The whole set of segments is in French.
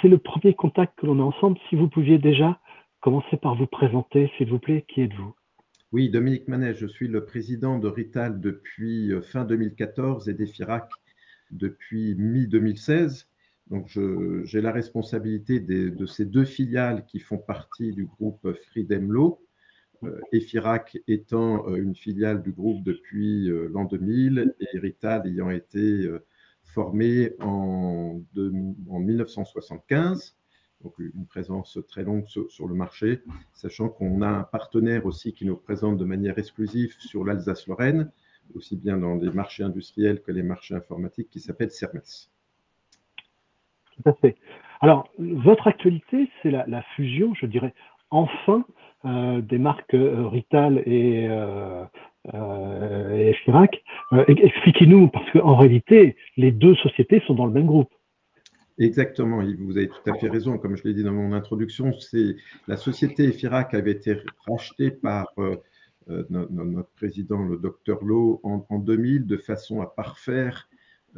c'est le premier contact que l'on a ensemble. Si vous pouviez déjà commencer par vous présenter, s'il vous plaît, qui êtes-vous? Oui, Dominique Manet, je suis le président de Rital depuis fin 2014 et d'Efirac depuis mi-2016. Donc, j'ai la responsabilité de ces deux filiales qui font partie du groupe Fridemlo, Efirac étant une filiale du groupe depuis l'an 2000 et Rital ayant été formé en 1975. Donc une présence très longue sur le marché, sachant qu'on a un partenaire aussi qui nous présente de manière exclusive sur l'Alsace-Lorraine, aussi bien dans les marchés industriels que les marchés informatiques, qui s'appelle Cermes. Tout à fait. Alors, votre actualité, c'est la fusion, je dirais, enfin, des marques Rital et Chirac. Expliquez-nous, parce qu'en réalité, les deux sociétés sont dans le même groupe. Exactement, Yves, vous avez tout à fait raison. Comme je l'ai dit dans mon introduction, c'est la société Efirac avait été rachetée par notre président, le docteur Lowe, en 2000, de façon à parfaire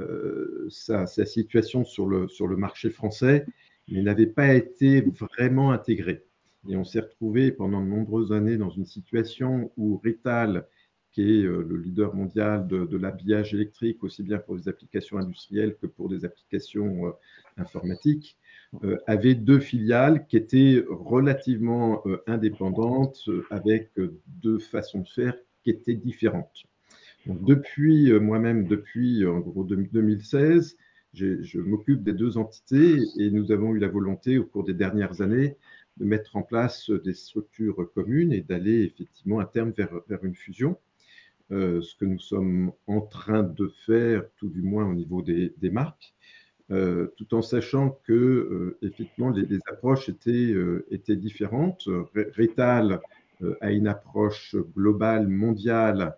sa situation sur le marché français, mais n'avait pas été vraiment intégrée. Et on s'est retrouvé pendant de nombreuses années dans une situation où Rital, qui est le leader mondial de l'habillage électrique, aussi bien pour des applications industrielles que pour des applications informatiques, avait deux filiales qui étaient relativement indépendantes, avec deux façons de faire qui étaient différentes. Donc depuis moi-même, depuis en gros 2016, je m'occupe des deux entités et nous avons eu la volonté au cours des dernières années de mettre en place des structures communes et d'aller effectivement à terme vers une fusion. Ce que nous sommes en train de faire, tout du moins au niveau des marques, tout en sachant que effectivement les approches étaient différentes. Rital a une approche globale, mondiale,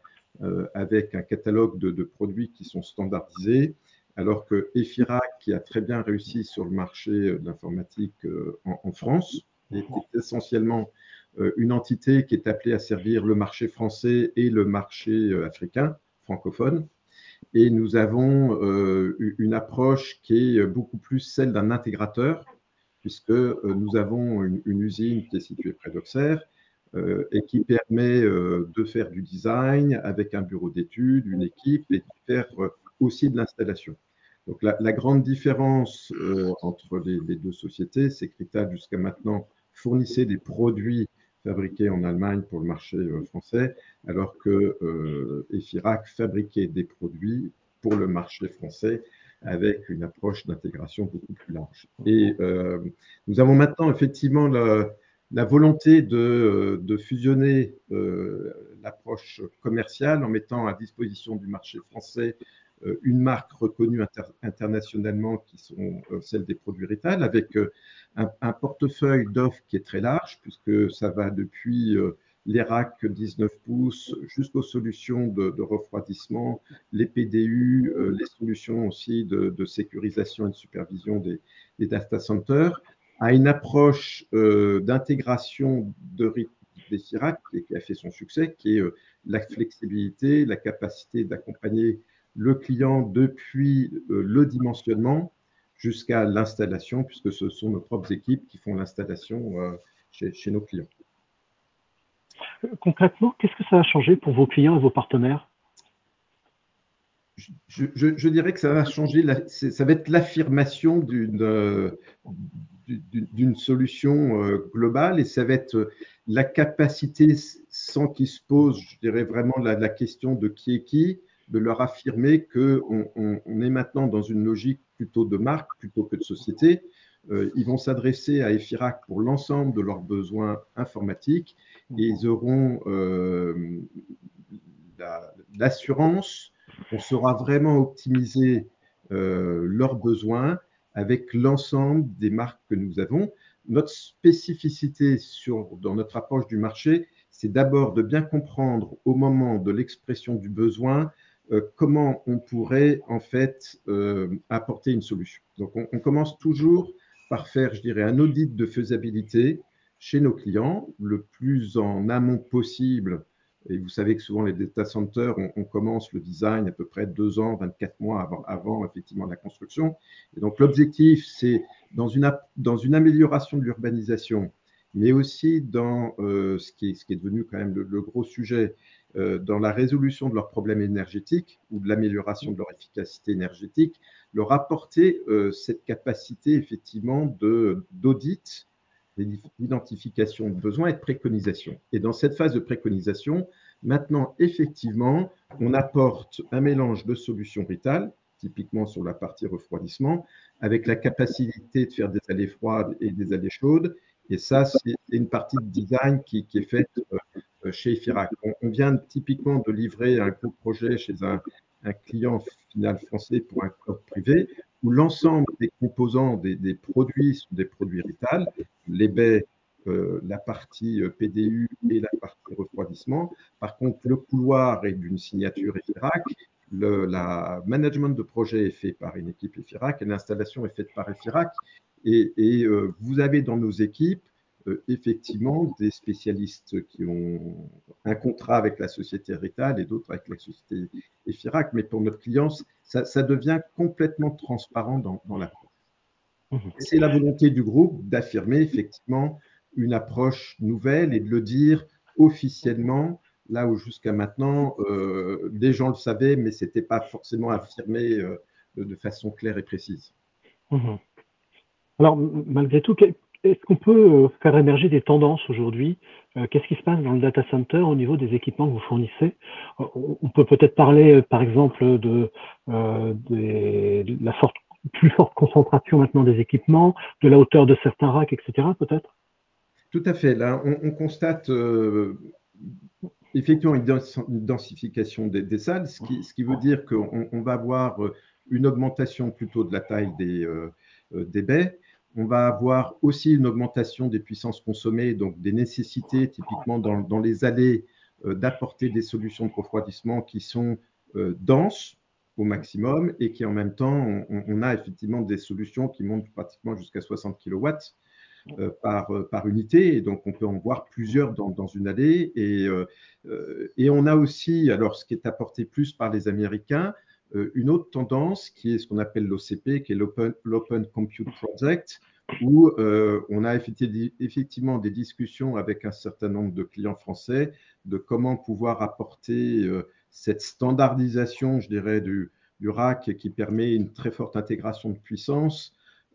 avec un catalogue de produits qui sont standardisés, alors que Efirac, qui a très bien réussi sur le marché de l'informatique en France, est essentiellement une entité qui est appelée à servir le marché français et le marché africain, francophone. Et nous avons une approche qui est beaucoup plus celle d'un intégrateur, puisque nous avons une usine qui est située près d'Auxerre et qui permet de faire du design avec un bureau d'études, une équipe, et de faire aussi de l'installation. Donc la grande différence entre les deux sociétés, c'est que Rital, jusqu'à maintenant, fournissait des produits fabriqués en Allemagne pour le marché français, alors que Efirac fabriquait des produits pour le marché français avec une approche d'intégration beaucoup plus large. Et nous avons maintenant effectivement la volonté de fusionner l'approche commerciale en mettant à disposition du marché français une marque reconnue internationalement qui sont celles des produits Rital, avec un portefeuille d'offres qui est très large, puisque ça va depuis les racks 19 pouces jusqu'aux solutions de refroidissement, les PDU, les solutions aussi de sécurisation et de supervision des data centers, à une approche d'intégration des Chirac qui a fait son succès, qui est la flexibilité, la capacité d'accompagner le client depuis le dimensionnement jusqu'à l'installation, puisque ce sont nos propres équipes qui font l'installation chez nos clients. Concrètement, qu'est-ce que ça va changer pour vos clients et vos partenaires? Je dirais que ça va changer, ça va être l'affirmation d'une solution globale, et ça va être la capacité, sans qu'il se pose, je dirais vraiment la question de qui est qui, de leur affirmer qu'on est maintenant dans une logique plutôt de marque plutôt que de société. Ils vont s'adresser à Efirac pour l'ensemble de leurs besoins informatiques et ils auront l'assurance qu'on saura vraiment optimiser leurs besoins avec l'ensemble des marques que nous avons. Notre spécificité dans notre approche du marché, c'est d'abord de bien comprendre au moment de l'expression du besoin comment on pourrait en fait apporter une solution. Donc on commence toujours par faire, je dirais, un audit de faisabilité chez nos clients, le plus en amont possible Et vous savez que souvent les data centers, on commence le design à peu près 2 ans, 24 mois avant effectivement la construction. Et donc l'objectif, c'est dans une amélioration de l'urbanisation, mais aussi dans ce qui est devenu quand même le gros sujet, dans la résolution de leurs problèmes énergétiques ou de l'amélioration de leur efficacité énergétique, leur apporter cette capacité effectivement d'audit, d'identification de besoins et de préconisation. Et dans cette phase de préconisation, maintenant, effectivement, on apporte un mélange de solutions Rital, typiquement sur la partie refroidissement, avec la capacité de faire des allées froides et des allées chaudes. Et ça, c'est une partie de design qui est faite chez Efirac. On vient typiquement de livrer un gros projet chez un client final français pour un cloud privé où l'ensemble des composants des produits sont des produits Rital, les baies, la partie PDU et la partie refroidissement. Par contre, le couloir est d'une signature Efirac, la management de projet est fait par une équipe Efirac et l'installation est faite par Efirac. Et vous avez dans nos équipes effectivement des spécialistes qui ont un contrat avec la société Rital et d'autres avec la société Efirac. Mais pour notre client, ça devient complètement transparent dans l'approche. C'est la volonté du groupe d'affirmer effectivement une approche nouvelle et de le dire officiellement, là où jusqu'à maintenant, les gens le savaient, mais ce n'était pas forcément affirmé de façon claire et précise. Alors, malgré tout, est-ce qu'on peut faire émerger des tendances aujourd'hui? Qu'est-ce qui se passe dans le data center au niveau des équipements que vous fournissez? On peut peut-être parler, par exemple, de la plus forte concentration maintenant des équipements, de la hauteur de certains racks, etc., peut-être? Tout à fait. Là, on constate effectivement une densification des salles, ce qui veut dire qu'on va avoir une augmentation plutôt de la taille des baies. On va avoir aussi une augmentation des puissances consommées, donc des nécessités typiquement dans les allées d'apporter des solutions de refroidissement qui sont denses au maximum et qui en même temps, on a effectivement des solutions qui montent pratiquement jusqu'à 60 kW par unité, et donc on peut en voir plusieurs dans une allée. Et on a aussi, alors ce qui est apporté plus par les Américains, une autre tendance qui est ce qu'on appelle l'OCP, qui est l'Open Compute Project, où on a effectivement des discussions avec un certain nombre de clients français de comment pouvoir apporter cette standardisation, je dirais, du rack qui permet une très forte intégration de puissance.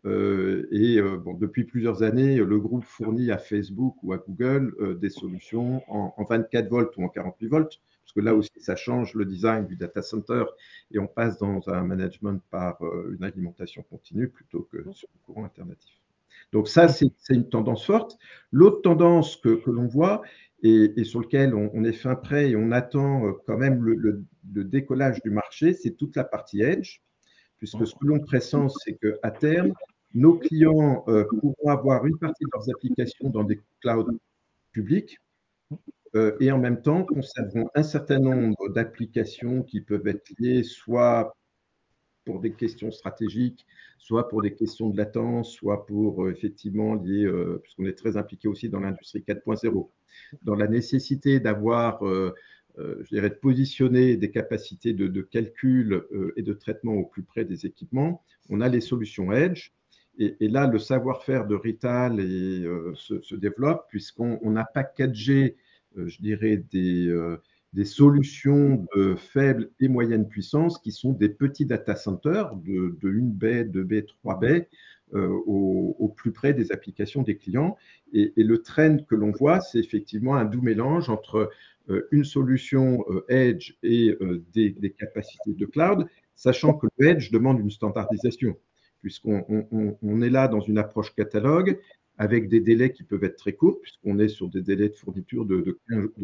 Bon, depuis plusieurs années, le groupe fournit à Facebook ou à Google des solutions en 24 volts ou en 48 volts, parce que là aussi, ça change le design du data center et on passe dans un management par une alimentation continue plutôt que sur le courant alternatif. Donc ça, c'est une tendance forte. L'autre tendance que l'on voit et sur lequel on est fin prêt et on attend quand même le décollage du marché, c'est toute la partie edge, puisque ce que l'on pressent, c'est qu'à terme, nos clients pourront avoir une partie de leurs applications dans des clouds publics et en même temps conserveront un certain nombre d'applications qui peuvent être liées soit pour des questions stratégiques, soit pour des questions de latence, soit pour effectivement liées, puisqu'on est très impliqué aussi dans l'industrie 4.0, dans la nécessité d'avoir, je dirais, de positionner des capacités de calcul et de traitement au plus près des équipements. On a les solutions Edge. Et là, le savoir-faire de Rital se développe puisqu'on a packagé, je dirais, des solutions de faible et moyenne puissance qui sont des petits data centers de 1 baie, 2 baies, 3 baies au plus près des applications des clients. Et le trend que l'on voit, c'est effectivement un doux mélange entre une solution Edge et des capacités de cloud, sachant que le Edge demande une standardisation, puisqu'on est là dans une approche catalogue avec des délais qui peuvent être très courts, puisqu'on est sur des délais de fourniture de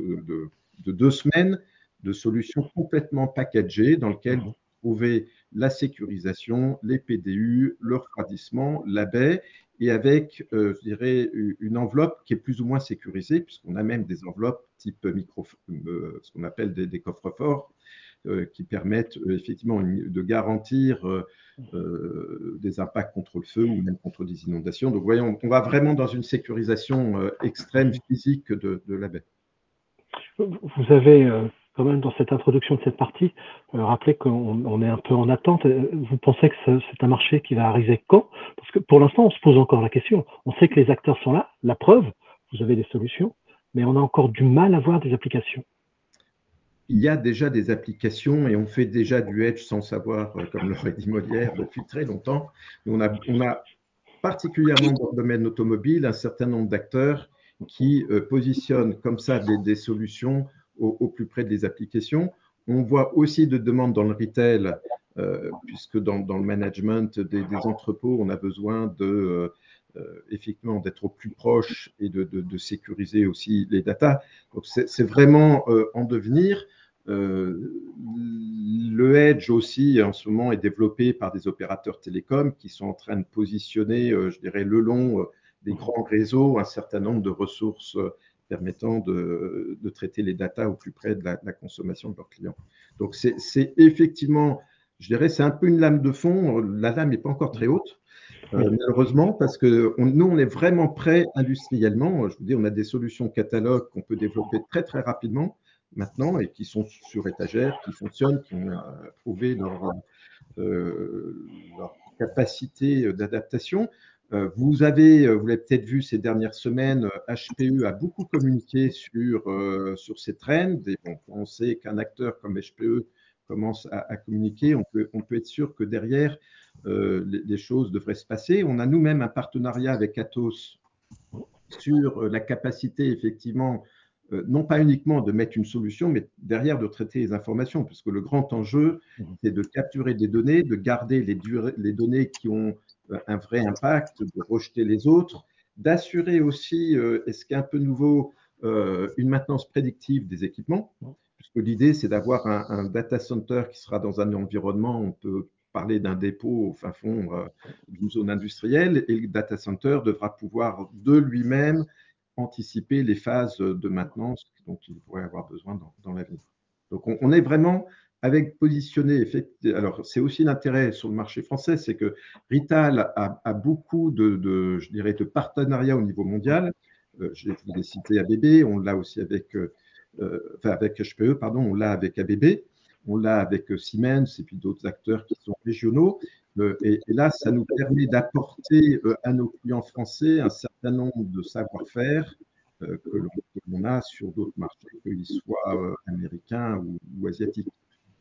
2 semaines de solutions complètement packagées dans lesquelles vous trouvez la sécurisation, les PDU, le refroidissement, la baie, et avec, je dirais, une enveloppe qui est plus ou moins sécurisée, puisqu'on a même des enveloppes type ce qu'on appelle des coffres forts, qui permettent effectivement de garantir des impacts contre le feu ou même contre des inondations. Donc, voyons, on va vraiment dans une sécurisation extrême physique de la baie. Vous avez quand même dans cette introduction de cette partie rappelé qu'on est un peu en attente. Vous pensez que c'est un marché qui va arriver quand? Parce que pour l'instant, on se pose encore la question. On sait que les acteurs sont là, la preuve, vous avez des solutions, mais on a encore du mal à voir des applications. Il y a déjà des applications et on fait déjà du edge sans savoir, comme l'aurait dit Molière, depuis très longtemps. On a particulièrement dans le domaine automobile un certain nombre d'acteurs qui positionnent comme ça des solutions au plus près des applications. On voit aussi de demandes dans le retail, puisque dans le management des entrepôts, on a besoin effectivement d'être au plus proche et de sécuriser aussi les datas. Donc c'est vraiment en devenir. Le Edge aussi, en ce moment, est développé par des opérateurs télécoms qui sont en train de positionner, je dirais, le long des grands réseaux, un certain nombre de ressources permettant de traiter les datas au plus près de la consommation de leurs clients. Donc, c'est effectivement, je dirais, c'est un peu une lame de fond. La lame n'est pas encore très haute, malheureusement, parce que nous, on est vraiment prêts industriellement. Je vous dis, on a des solutions catalogues qu'on peut développer très, très rapidement maintenant et qui sont sur étagère, qui fonctionnent, qui ont prouvé leur capacité d'adaptation. Vous l'avez peut-être vu ces dernières semaines, HPE a beaucoup communiqué sur ces trends. Et bon, on sait qu'un acteur comme HPE commence à communiquer. On peut être sûr que derrière, les choses devraient se passer. On a nous-mêmes un partenariat avec Atos sur la capacité, effectivement, non pas uniquement de mettre une solution, mais derrière de traiter les informations, puisque le grand enjeu, c'est de capturer des données, de garder les données qui ont un vrai impact, de rejeter les autres, d'assurer aussi, et ce qui est un peu nouveau, une maintenance prédictive des équipements, puisque l'idée, c'est d'avoir un data center qui sera dans un environnement, on peut parler d'un dépôt au fin fond d'une zone industrielle, et le data center devra pouvoir de lui-même anticiper les phases de maintenance dont il pourrait avoir besoin dans l'avenir. Donc on est vraiment avec positionné, alors c'est aussi l'intérêt sur le marché français, c'est que Rital a beaucoup je dirais, de partenariats au niveau mondial. Je vous ai cité ABB, on l'a aussi avec HPE, pardon, on l'a avec ABB, on l'a avec Siemens et puis d'autres acteurs qui sont régionaux. Et là, ça nous permet d'apporter à nos clients français un certain nombre de savoir-faire que l'on a sur d'autres marchés, qu'ils soient américains ou asiatiques.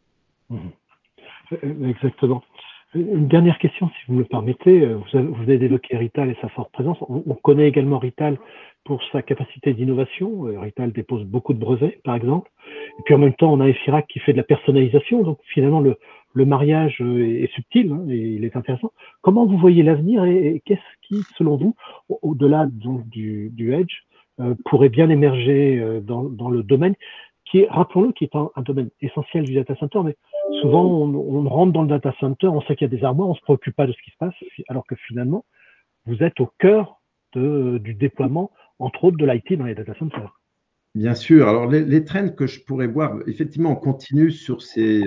Exactement. Une dernière question, si vous me le permettez. Vous avez évoqué Rital et sa forte présence. On connaît également Rital pour sa capacité d'innovation. Rital dépose beaucoup de brevets, par exemple. Et puis en même temps, on a EFIRAC qui fait de la personnalisation. Donc finalement, le mariage est subtil, hein, et il est intéressant. Comment vous voyez l'avenir et qu'est-ce qui, selon vous, au-delà donc, du Edge, pourrait bien émerger dans le domaine qui est, rappelons-le, qui est un domaine essentiel du data center, mais souvent on rentre dans le data center, on sait qu'il y a des armoires, on ne se préoccupe pas de ce qui se passe, alors que finalement, vous êtes au cœur du déploiement, entre autres, de l'IT dans les data centers. Bien sûr. Alors, les trends que je pourrais voir, effectivement, on continue sur ces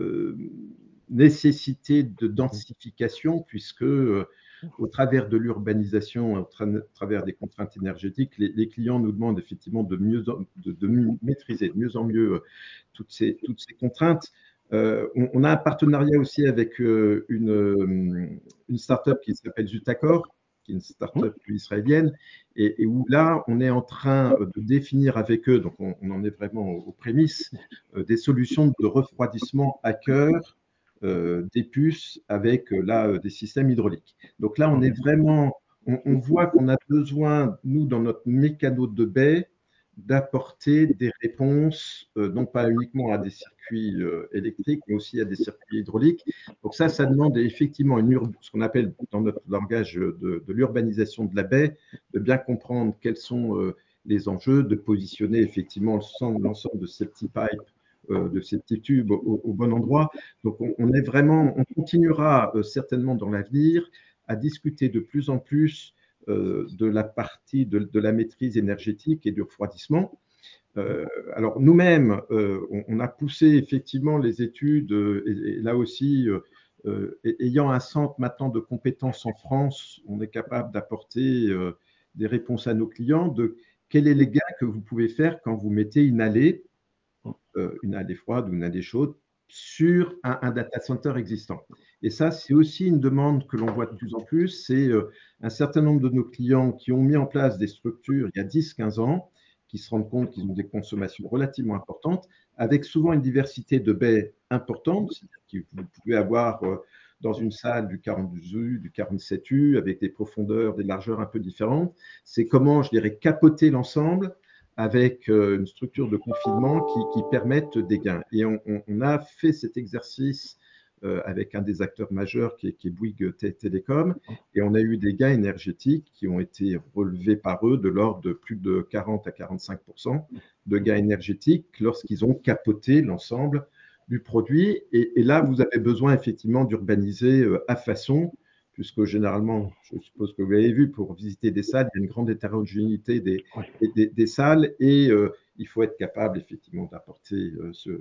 nécessités de densification, puisque au travers de l'urbanisation, au travers des contraintes énergétiques, les clients nous demandent effectivement de maîtriser de mieux en mieux toutes ces contraintes. On a un partenariat aussi avec une start-up qui s'appelle Zutacor, qui est une start-up israélienne, et où là, on est en train de définir avec eux, donc on en est vraiment aux prémices, des solutions de refroidissement à cœur des puces avec là des systèmes hydrauliques. Donc là, on est vraiment, on voit qu'on a besoin, nous, dans notre mécano de baie, d'apporter des réponses, non pas uniquement à des circuits électriques, mais aussi à des circuits hydrauliques. Donc ça demande effectivement ce qu'on appelle dans notre langage de l'urbanisation de la baie, de bien comprendre quels sont les enjeux, de positionner effectivement l'ensemble de ces petits pipes, de ces petits tubes au bon endroit. Donc on continuera certainement dans l'avenir à discuter de plus en plus de la partie de la maîtrise énergétique et du refroidissement. Alors nous-mêmes, on a poussé effectivement les études, et là aussi, ayant un centre maintenant de compétences en France, on est capable d'apporter des réponses à nos clients, de quel est les gains que vous pouvez faire quand vous mettez une allée froide ou une allée chaude sur un data center existant. Et ça, c'est aussi une demande que l'on voit de plus en plus. C'est un certain nombre de nos clients qui ont mis en place des structures il y a 10-15 ans, qui se rendent compte qu'ils ont des consommations relativement importantes, avec souvent une diversité de baies importante. C'est-à-dire que vous pouvez avoir dans une salle du 42U, du 47U, avec des profondeurs, des largeurs un peu différentes. C'est comment, je dirais, capoter l'ensemble avec une structure de confinement qui permettent des gains. Et on a fait cet exercice avec un des acteurs majeurs qui est Bouygues Télécom, et on a eu des gains énergétiques qui ont été relevés par eux de l'ordre de plus de 40 à 45% de gains énergétiques lorsqu'ils ont capoté l'ensemble du produit. Et là, vous avez besoin effectivement d'urbaniser à façon, puisque généralement, je suppose que vous l'avez vu, pour visiter des salles, il y a une grande hétérogénéité des salles, et il faut être capable effectivement d'apporter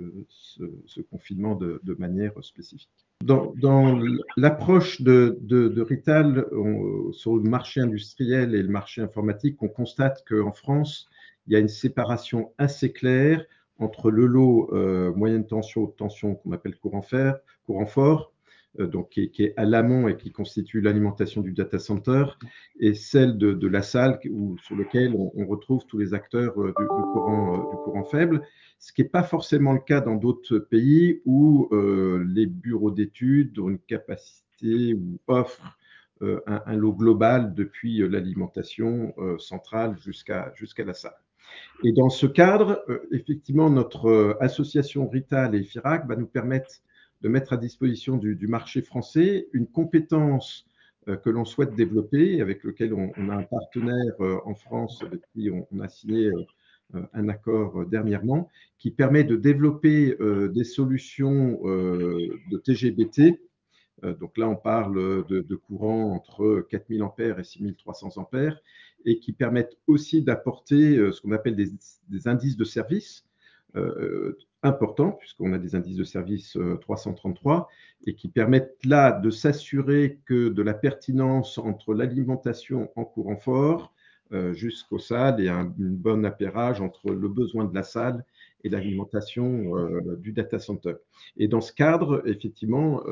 ce confinement de manière spécifique. Dans l'approche de Rital sur le marché industriel et le marché informatique, on constate qu'en France, il y a une séparation assez claire entre le lot moyenne tension, haute tension, qu'on appelle courant fort, donc qui est à l'amont et qui constitue l'alimentation du data center, et celle de la salle sur laquelle on retrouve tous les acteurs du courant faible, ce qui n'est pas forcément le cas dans d'autres pays où les bureaux d'études ont une capacité ou offrent un lot global depuis l'alimentation centrale jusqu'à la salle. Et dans ce cadre, effectivement, notre association Rital et FIRAC va nous permettre de mettre à disposition du marché français une compétence que l'on souhaite développer, avec lequel on a un partenaire en France avec qui on a signé un accord dernièrement, qui permet de développer des solutions de TGBT. Donc là, on parle de courants entre 4000 ampères et 6300 ampères, et qui permettent aussi d'apporter ce qu'on appelle des indices de service importants, puisqu'on a des indices de service 333, et qui permettent là de s'assurer que de la pertinence entre l'alimentation en courant fort jusqu'aux salles, et un bon appairage entre le besoin de la salle et l'alimentation du data center. Et dans ce cadre, effectivement,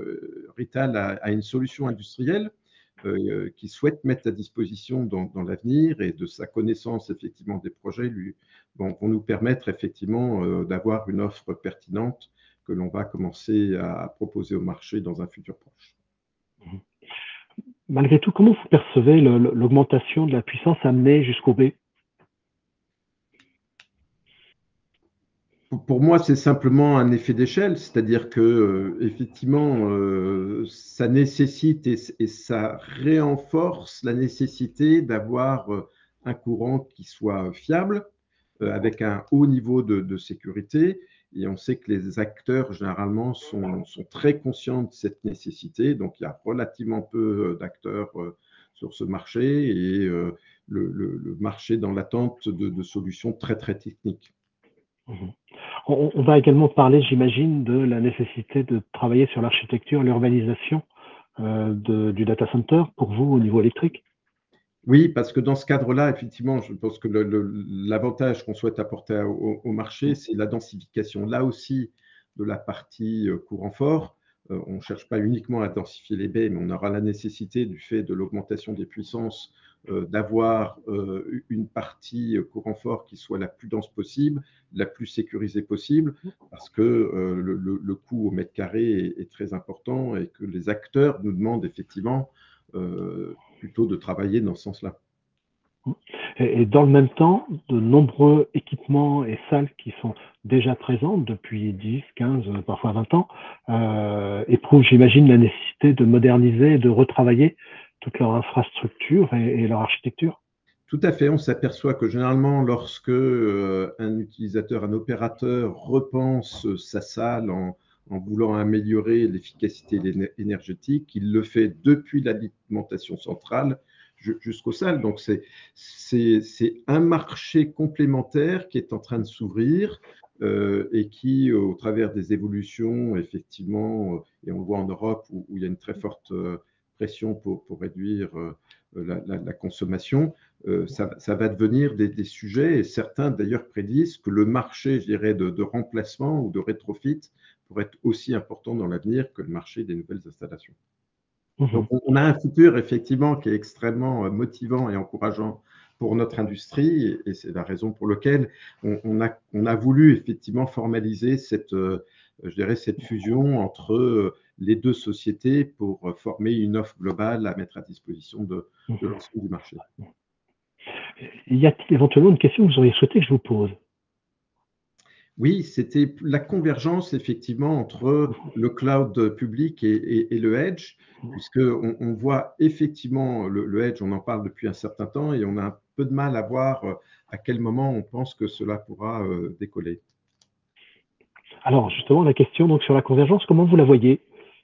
Rital a une solution industrielle qui souhaite mettre à disposition dans l'avenir, et de sa connaissance effectivement des projets vont nous permettre effectivement d'avoir une offre pertinente que l'on va commencer à proposer au marché dans un futur proche. Malgré tout, comment vous percevez l'augmentation de la puissance amenée jusqu'au B? Pour moi, c'est simplement un effet d'échelle, c'est-à-dire que effectivement, ça nécessite et ça renforce la nécessité d'avoir un courant qui soit fiable, avec un haut niveau de sécurité. Et on sait que les acteurs, généralement, sont très conscients de cette nécessité. Donc, il y a relativement peu d'acteurs sur ce marché, et le marché dans l'attente de solutions très, très techniques. Mmh. On va également parler, j'imagine, de la nécessité de travailler sur l'architecture, l'urbanisation du data center pour vous au niveau électrique. Oui, parce que dans ce cadre-là, effectivement, je pense que l'avantage qu'on souhaite apporter au marché, c'est la densification. Là aussi, de la partie courant fort, on ne cherche pas uniquement à densifier les baies, mais on aura la nécessité, du fait de l'augmentation des puissances, d'avoir une partie courant fort qui soit la plus dense possible, la plus sécurisée possible, parce que le coût au mètre carré est très important, et que les acteurs nous demandent effectivement plutôt de travailler dans ce sens-là. Et dans le même temps, de nombreux équipements et salles qui sont déjà présentes depuis 10, 15, parfois 20 ans, éprouvent, j'imagine, la nécessité de moderniser et de retravailler toute leur infrastructure et leur architecture. Tout à fait, on s'aperçoit que généralement, lorsque un utilisateur, un opérateur repense sa salle en voulant améliorer l'efficacité énergétique, il le fait depuis l'alimentation centrale jusqu'aux salles. Donc, c'est un marché complémentaire qui est en train de s'ouvrir et qui, au travers des évolutions, effectivement, et on le voit en Europe où il y a une très forte pression pour réduire la consommation, ça va devenir des sujets, et certains d'ailleurs prédisent que le marché, je dirais, de remplacement ou de rétrofit pourrait être aussi important dans l'avenir que le marché des nouvelles installations. Donc, Mhm. on a un futur effectivement qui est extrêmement motivant et encourageant pour notre industrie, et c'est la raison pour laquelle on a voulu effectivement formaliser je dirais, cette fusion entre les deux sociétés pour former une offre globale à mettre à disposition de Mhm. l'ensemble du marché. Y a-t-il éventuellement une question que vous auriez souhaité que je vous pose? Oui, c'était la convergence effectivement entre le cloud public et le edge, puisqu'on on voit effectivement le edge, on en parle depuis un certain temps et on a un peu de mal à voir à quel moment on pense que cela pourra décoller. Alors justement, la question donc sur la convergence, comment vous la voyez?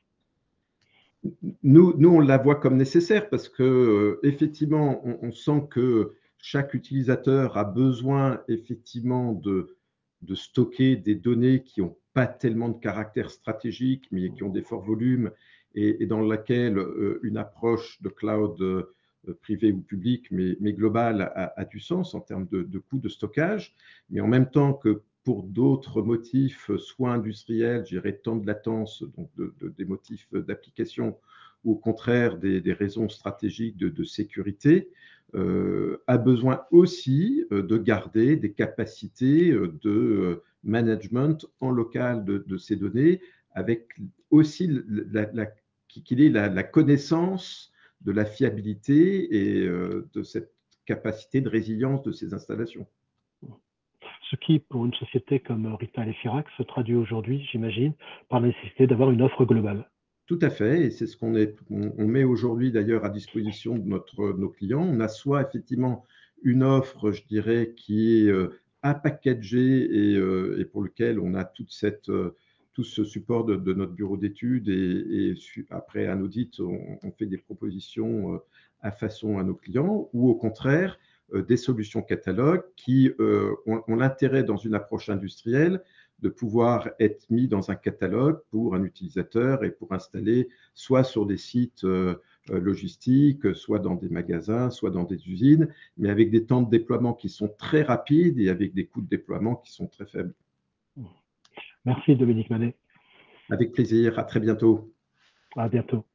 Nous, on la voit comme nécessaire parce que effectivement, on sent que chaque utilisateur a besoin effectivement de stocker des données qui n'ont pas tellement de caractère stratégique, mais qui ont des forts volumes et dans laquelle une approche de cloud privé ou public, mais globale, a du sens en termes de coûts de stockage. Mais en même temps que pour d'autres motifs, soit industriels, je dirais temps de latence, donc des motifs d'application, ou au contraire des raisons stratégiques de sécurité, a besoin aussi de garder des capacités de management en local de ces données, avec aussi qu'il ait la connaissance de la fiabilité et de cette capacité de résilience de ces installations. Ce qui, pour une société comme Rital et Firax, se traduit aujourd'hui, j'imagine, par la nécessité d'avoir une offre globale. Tout à fait, et c'est ce on met aujourd'hui d'ailleurs à disposition de nos clients. On a soit effectivement une offre, je dirais, qui est packagée et pour lequel on a tout ce support de notre bureau d'études et après un audit, on fait des propositions à façon à nos clients, ou au contraire, des solutions catalogues qui ont l'intérêt dans une approche industrielle de pouvoir être mis dans un catalogue pour un utilisateur et pour installer soit sur des sites logistiques, soit dans des magasins, soit dans des usines, mais avec des temps de déploiement qui sont très rapides et avec des coûts de déploiement qui sont très faibles. Merci Dominique Manet. Avec plaisir, à très bientôt. À bientôt.